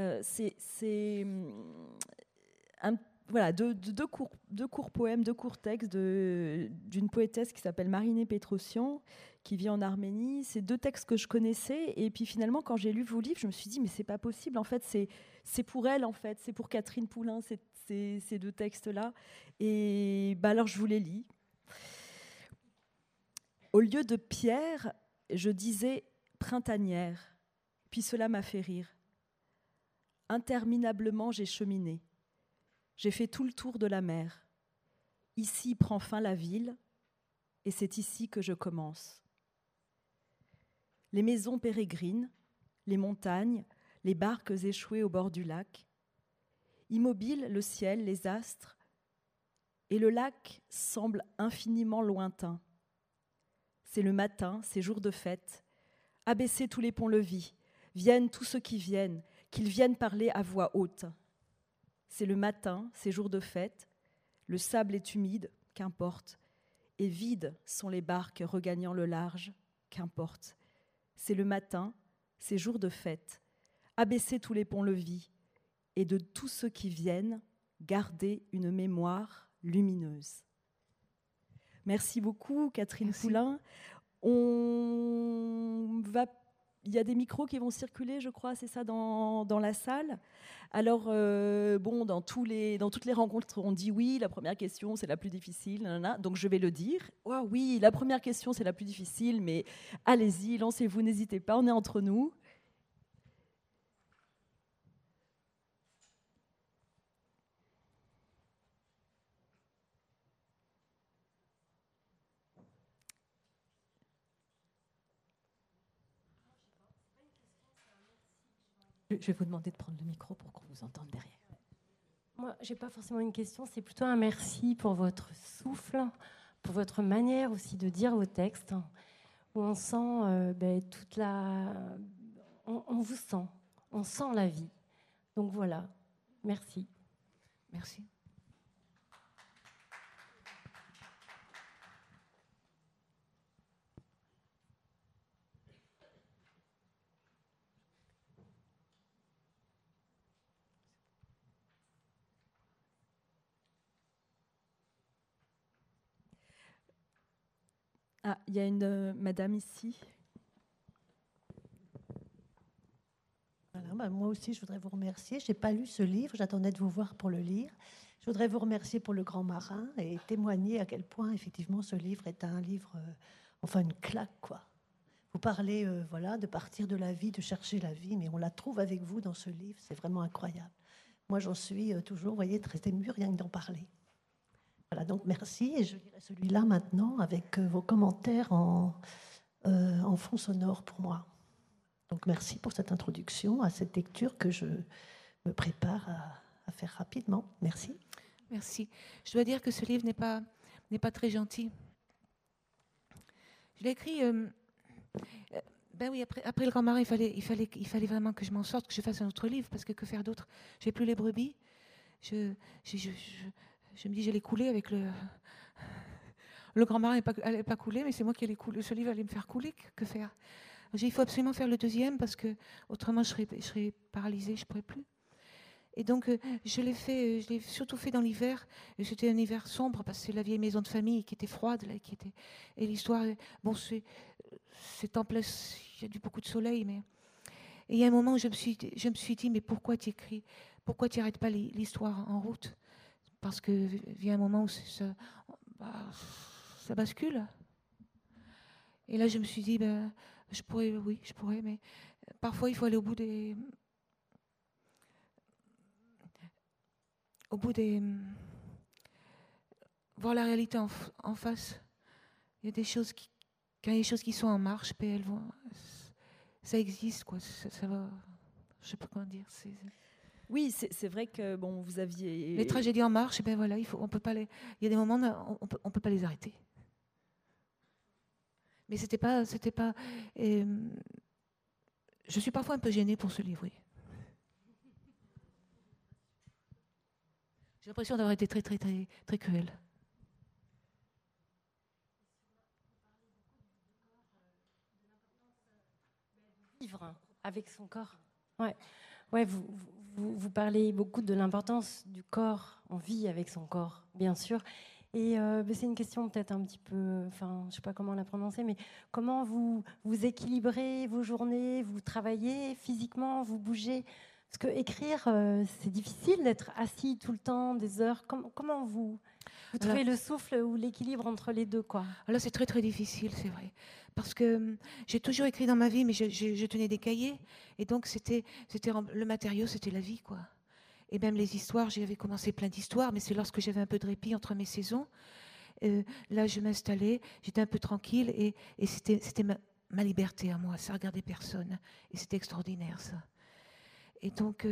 Voilà, deux courts poèmes, 2 courts textes d'une poétesse qui s'appelle Marinée Petrosian, qui vit en Arménie. C'est 2 textes que je connaissais, et puis finalement, quand j'ai lu vos livres, je me suis dit, mais c'est pas possible, en fait, c'est pour elle, en fait, c'est pour Catherine Poulain, ces 2 textes-là. Et alors, je vous les lis. Au lieu de pierre, je disais printanière, puis cela m'a fait rire. Interminablement, j'ai cheminé. J'ai fait tout le tour de la mer. Ici prend fin la ville, et c'est ici que je commence. Les maisons pérégrines, les montagnes, les barques échouées au bord du lac. Immobile, le ciel, les astres, et le lac semble infiniment lointain. C'est le matin, c'est jour de fête. Abaissez tous les ponts-levis, viennent tous ceux qui viennent, qu'ils viennent parler à voix haute. C'est le matin, c'est jour de fête, le sable est humide, qu'importe, et vides sont les barques regagnant le large, qu'importe. C'est le matin, c'est jour de fête, abaissez tous les ponts-levis, et de tous ceux qui viennent, gardez une mémoire lumineuse. Merci beaucoup, Catherine Poulain. Il y a des micros qui vont circuler, je crois, c'est ça, dans la salle. Alors, dans toutes les rencontres, on dit oui, la première question, c'est la plus difficile, nanana, donc je vais le dire. Oh, oui, la première question, c'est la plus difficile, mais allez-y, lancez-vous, n'hésitez pas, on est entre nous. Je vais vous demander de prendre le micro pour qu'on vous entende derrière. Moi, je n'ai pas forcément une question, c'est plutôt un merci pour votre souffle, pour votre manière aussi de dire vos textes, où on sent toute la... On vous sent, on sent la vie. Donc voilà, merci. Merci. Ah, il y a une madame ici. Voilà. Moi aussi, je voudrais vous remercier. Je n'ai pas lu ce livre, j'attendais de vous voir pour le lire. Je voudrais vous remercier pour Le Grand Marin et témoigner à quel point, effectivement, ce livre est un livre, enfin une claque, quoi. Vous parlez de partir de la vie, de chercher la vie, mais on la trouve avec vous dans ce livre, c'est vraiment incroyable. Moi, j'en suis toujours, vous voyez, très émue, rien que d'en parler. Voilà, donc merci, et je lirai celui-là maintenant avec vos commentaires en fond sonore pour moi. Donc merci pour cette introduction à cette lecture que je me prépare à faire rapidement. Merci. Merci. Je dois dire que ce livre n'est pas très gentil. Je l'ai écrit... Ben oui, après Le Grand Marin, il fallait vraiment que je m'en sorte, que je fasse un autre livre, parce que faire d'autre? J'ai plus les brebis. Je me dis, j'allais couler avec le Grand Marin, n'allait pas couler, mais c'est moi qui allais couler. Ce livre allait me faire couler. Que faire? Il faut absolument faire le deuxième, parce que autrement je serais paralysée, je ne pourrais plus. Et donc, je l'ai surtout fait dans l'hiver. C'était un hiver sombre, parce que c'est la vieille maison de famille qui était froide. Là, et l'histoire, bon, c'est en place, il y a eu beaucoup de soleil. Et il y a un moment où je me suis dit, mais pourquoi tu écris? Pourquoi tu n'arrêtes pas l'histoire en route? Parce que vient un moment où ça bascule. Et là, je me suis dit, je pourrais, mais parfois, il faut aller au bout des voir la réalité en face. Il y a des choses quand il y a des choses qui sont en marche, ça existe, quoi. Ça va, je sais pas comment dire. Oui, c'est vrai que bon, vous aviez les tragédies en marche. Ben voilà, on peut pas il y a des moments on peut pas les arrêter. Mais c'était pas. Je suis parfois un peu gênée pour ce livre. Oui. J'ai l'impression d'avoir été très, très, très, très cruelle. Vivre avec son corps. Ouais, vous parlez beaucoup de l'importance du corps. On vit avec son corps, bien sûr. Et c'est une question peut-être un petit peu, enfin, je ne sais pas comment la prononcer, mais comment vous équilibrez vos journées, vous travaillez physiquement, vous bougez? Parce que écrire, c'est difficile d'être assis tout le temps, des heures. Comment vous trouvez le souffle ou l'équilibre entre les deux, quoi? Alors c'est très très difficile, c'est vrai, parce que j'ai toujours écrit dans ma vie, mais je tenais des cahiers, et donc c'était le matériau, c'était la vie, quoi. Et même les histoires, j'avais commencé plein d'histoires, mais c'est lorsque j'avais un peu de répit entre mes saisons. Là, je m'installais, j'étais un peu tranquille, et c'était ma liberté à moi, ça regardait personne, et c'était extraordinaire, ça. Et donc,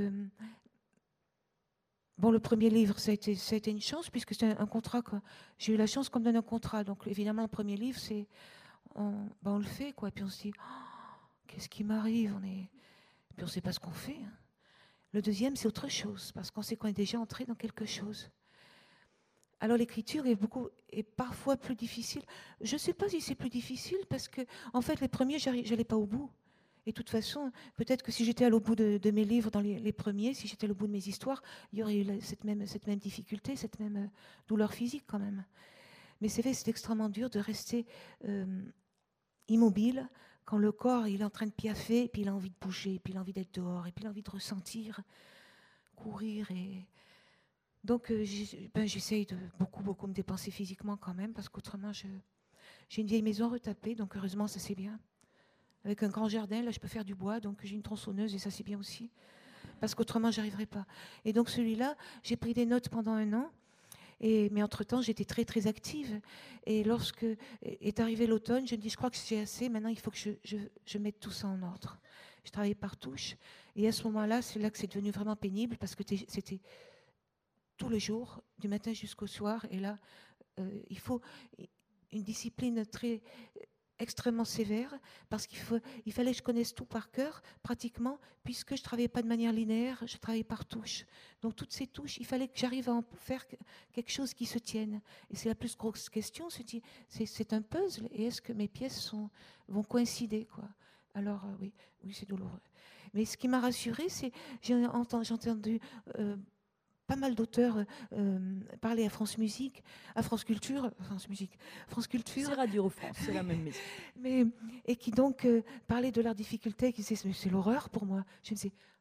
bon, le premier livre, ça a été une chance, puisque c'était un contrat, quoi. J'ai eu la chance qu'on me donne un contrat. Donc, évidemment, le premier livre, on le fait, quoi. Et puis on se dit, oh, qu'est-ce qui m'arrive? Et puis on ne sait pas ce qu'on fait. Hein. Le deuxième, c'est autre chose, parce qu'on sait qu'on est déjà entré dans quelque chose. Alors, l'écriture est parfois plus difficile. Je ne sais pas si c'est plus difficile, parce que, en fait, les premiers, je n'allais pas au bout. Et de toute façon, peut-être que si j'étais allé au bout de mes livres, dans les premiers, si j'étais allé au bout de mes histoires, il y aurait eu cette même difficulté, cette même douleur physique quand même. Mais c'est vrai, c'est extrêmement dur de rester immobile quand le corps il est en train de piaffer, et puis il a envie de bouger, et puis il a envie d'être dehors, et puis il a envie de ressentir, courir. Donc j'essaye de beaucoup me dépenser physiquement quand même, parce qu'autrement, j'ai une vieille maison retapée, donc heureusement, ça c'est bien. Avec un grand jardin, là je peux faire du bois, donc j'ai une tronçonneuse et ça c'est bien aussi, parce qu'autrement j'y arriverais pas. Et donc celui-là, j'ai pris des notes pendant 1 an, mais entre-temps j'étais très très active. Et lorsque est arrivé l'automne, je me dis je crois que c'est assez, maintenant il faut que je mette tout ça en ordre. Je travaillais par touche, et à ce moment-là, c'est là que c'est devenu vraiment pénible, parce que c'était tout le jour, du matin jusqu'au soir, et là il faut une discipline extrêmement sévère, parce qu'il fallait que je connaisse tout par cœur, pratiquement, puisque je ne travaillais pas de manière linéaire, je travaillais par touches. Donc toutes ces touches, il fallait que j'arrive à en faire quelque chose qui se tienne. Et c'est la plus grosse question, c'est un puzzle, et est-ce que mes pièces vont coïncider, quoi. Alors oui, c'est douloureux. Mais ce qui m'a rassurée, c'est j'ai entendu pas mal d'auteurs parler à France Musique, à France Culture. C'est Radio France, c'est la même maison. Et qui donc parlaient de leurs difficultés, qui disaient, c'est l'horreur pour moi. Je me disais,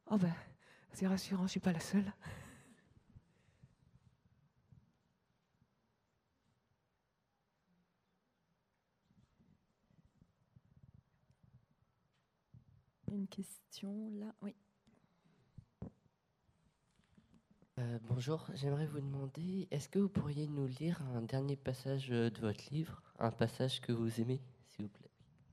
Oh ben, c'est rassurant, je ne suis pas la seule. Une question là, oui. Bonjour, j'aimerais vous demander, est-ce que vous pourriez nous lire un dernier passage de votre livre, un passage que vous aimez, s'il vous plaît?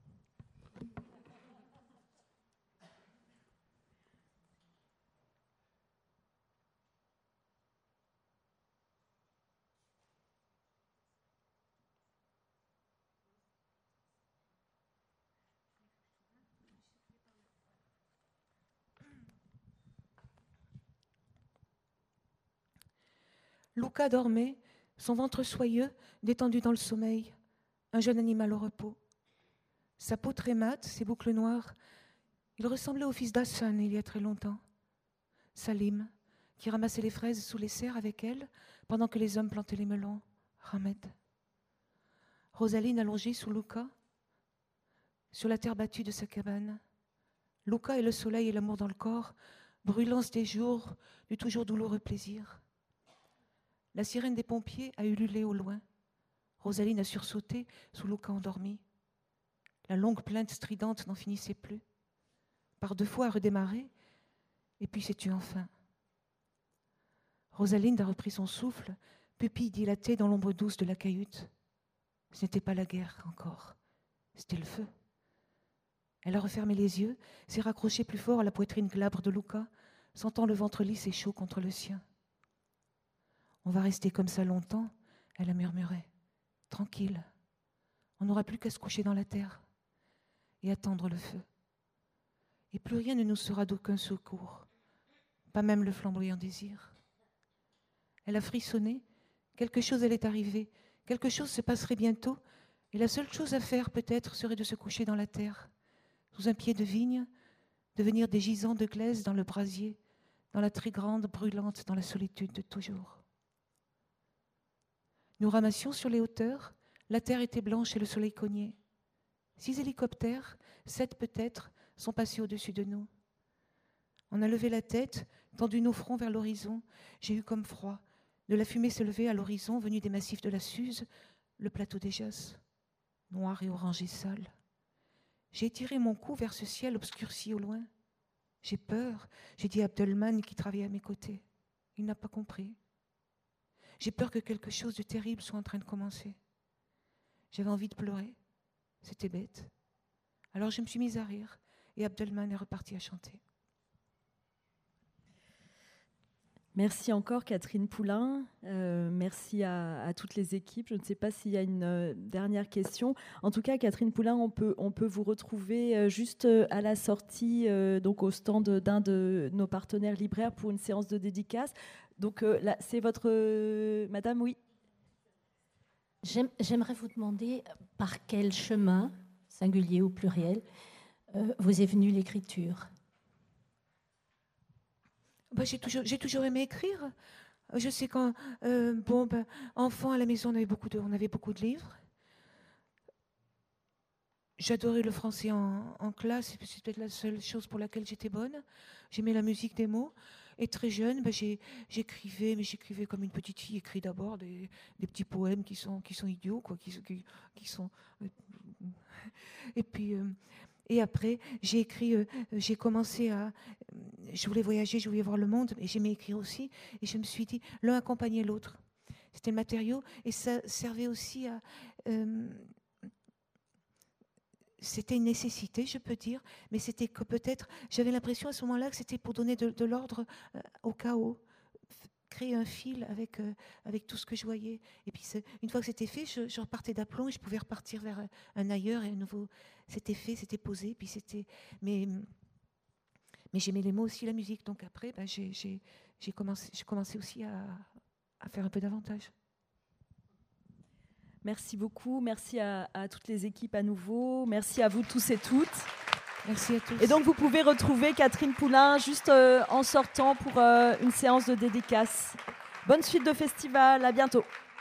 Luca dormait, son ventre soyeux, détendu dans le sommeil, un jeune animal au repos. Sa peau très mate, ses boucles noires, il ressemblait au fils d'Hassan il y a très longtemps. Salim, qui ramassait les fraises sous les serres avec elle, pendant que les hommes plantaient les melons. Ahmed. Rosaline allongée sous Luca, sur la terre battue de sa cabane. Luca et le soleil et l'amour dans le corps, brûlance des jours, du toujours douloureux plaisir. La sirène des pompiers a ululé au loin. Rosaline a sursauté sous Luca endormi. La longue plainte stridente n'en finissait plus. Par 2 fois a redémarré, et puis s'est tue enfin. Rosaline a repris son souffle, pupille dilatée dans l'ombre douce de la cahute. Ce n'était pas la guerre encore, c'était le feu. Elle a refermé les yeux, s'est raccrochée plus fort à la poitrine glabre de Luca, sentant le ventre lisse et chaud contre le sien. On va rester comme ça longtemps, elle a murmuré. Tranquille. On n'aura plus qu'à se coucher dans la terre et attendre le feu. Et plus rien ne nous sera d'aucun secours, pas même le flamboyant désir. Elle a frissonné, quelque chose allait arriver, quelque chose se passerait bientôt, et la seule chose à faire peut-être serait de se coucher dans la terre, sous un pied de vigne, devenir des gisants de glaise dans le brasier, dans la très grande, brûlante, dans la solitude de toujours. Nous ramassions sur les hauteurs, la terre était blanche et le soleil cognait. 6 hélicoptères, 7 peut-être, sont passés au-dessus de nous. On a levé la tête, tendu nos fronts vers l'horizon. J'ai eu comme froid. De la fumée s'élevait à l'horizon, venue des massifs de la Suze, le plateau des Jasses, noir et orangé sale. J'ai étiré mon cou vers ce ciel obscurci au loin. J'ai peur, j'ai dit à Abdelman qui travaillait à mes côtés. Il n'a pas compris. J'ai peur que quelque chose de terrible soit en train de commencer. J'avais envie de pleurer. C'était bête. Alors je me suis mise à rire et Abdelman est reparti à chanter. Merci encore Catherine Poulain, merci à toutes les équipes. Je ne sais pas s'il y a une dernière question. En tout cas, Catherine Poulain, on peut vous retrouver juste à la sortie, donc au stand d'un de nos partenaires libraires pour une séance de dédicace. Donc là, c'est votre... Madame, oui. J'aimerais vous demander par quel chemin, singulier ou pluriel, vous est venue l'écriture. J'ai toujours aimé écrire. Je sais quand, enfant à la maison, on avait beaucoup de livres. J'adorais le français en classe, c'était peut-être la seule chose pour laquelle j'étais bonne. J'aimais la musique des mots. Et très jeune, j'écrivais, mais j'écrivais comme une petite fille écrit d'abord des petits poèmes qui sont idiots, quoi, qui sont. Et puis. Et après, j'ai commencé à... Je voulais voyager, je voulais voir le monde, et j'aimais écrire aussi. Et je me suis dit, l'un accompagnait l'autre. C'était le matériau, et ça servait aussi à... c'était une nécessité, je peux dire, mais c'était que peut-être... J'avais l'impression à ce moment-là que c'était pour donner de l'ordre au chaos, créer un fil avec tout ce que je voyais. Et puis, une fois que c'était fait, je repartais d'aplomb et je pouvais repartir vers un ailleurs et à nouveau... C'était fait, c'était posé, puis c'était... Mais j'aimais les mots aussi, la musique. Donc après, j'ai commencé aussi à faire un peu davantage. Merci beaucoup. Merci à toutes les équipes à nouveau. Merci à vous tous et toutes. Merci à tous. Et donc, vous pouvez retrouver Catherine Poulain juste en sortant pour une séance de dédicace. Bonne suite de festival. À bientôt.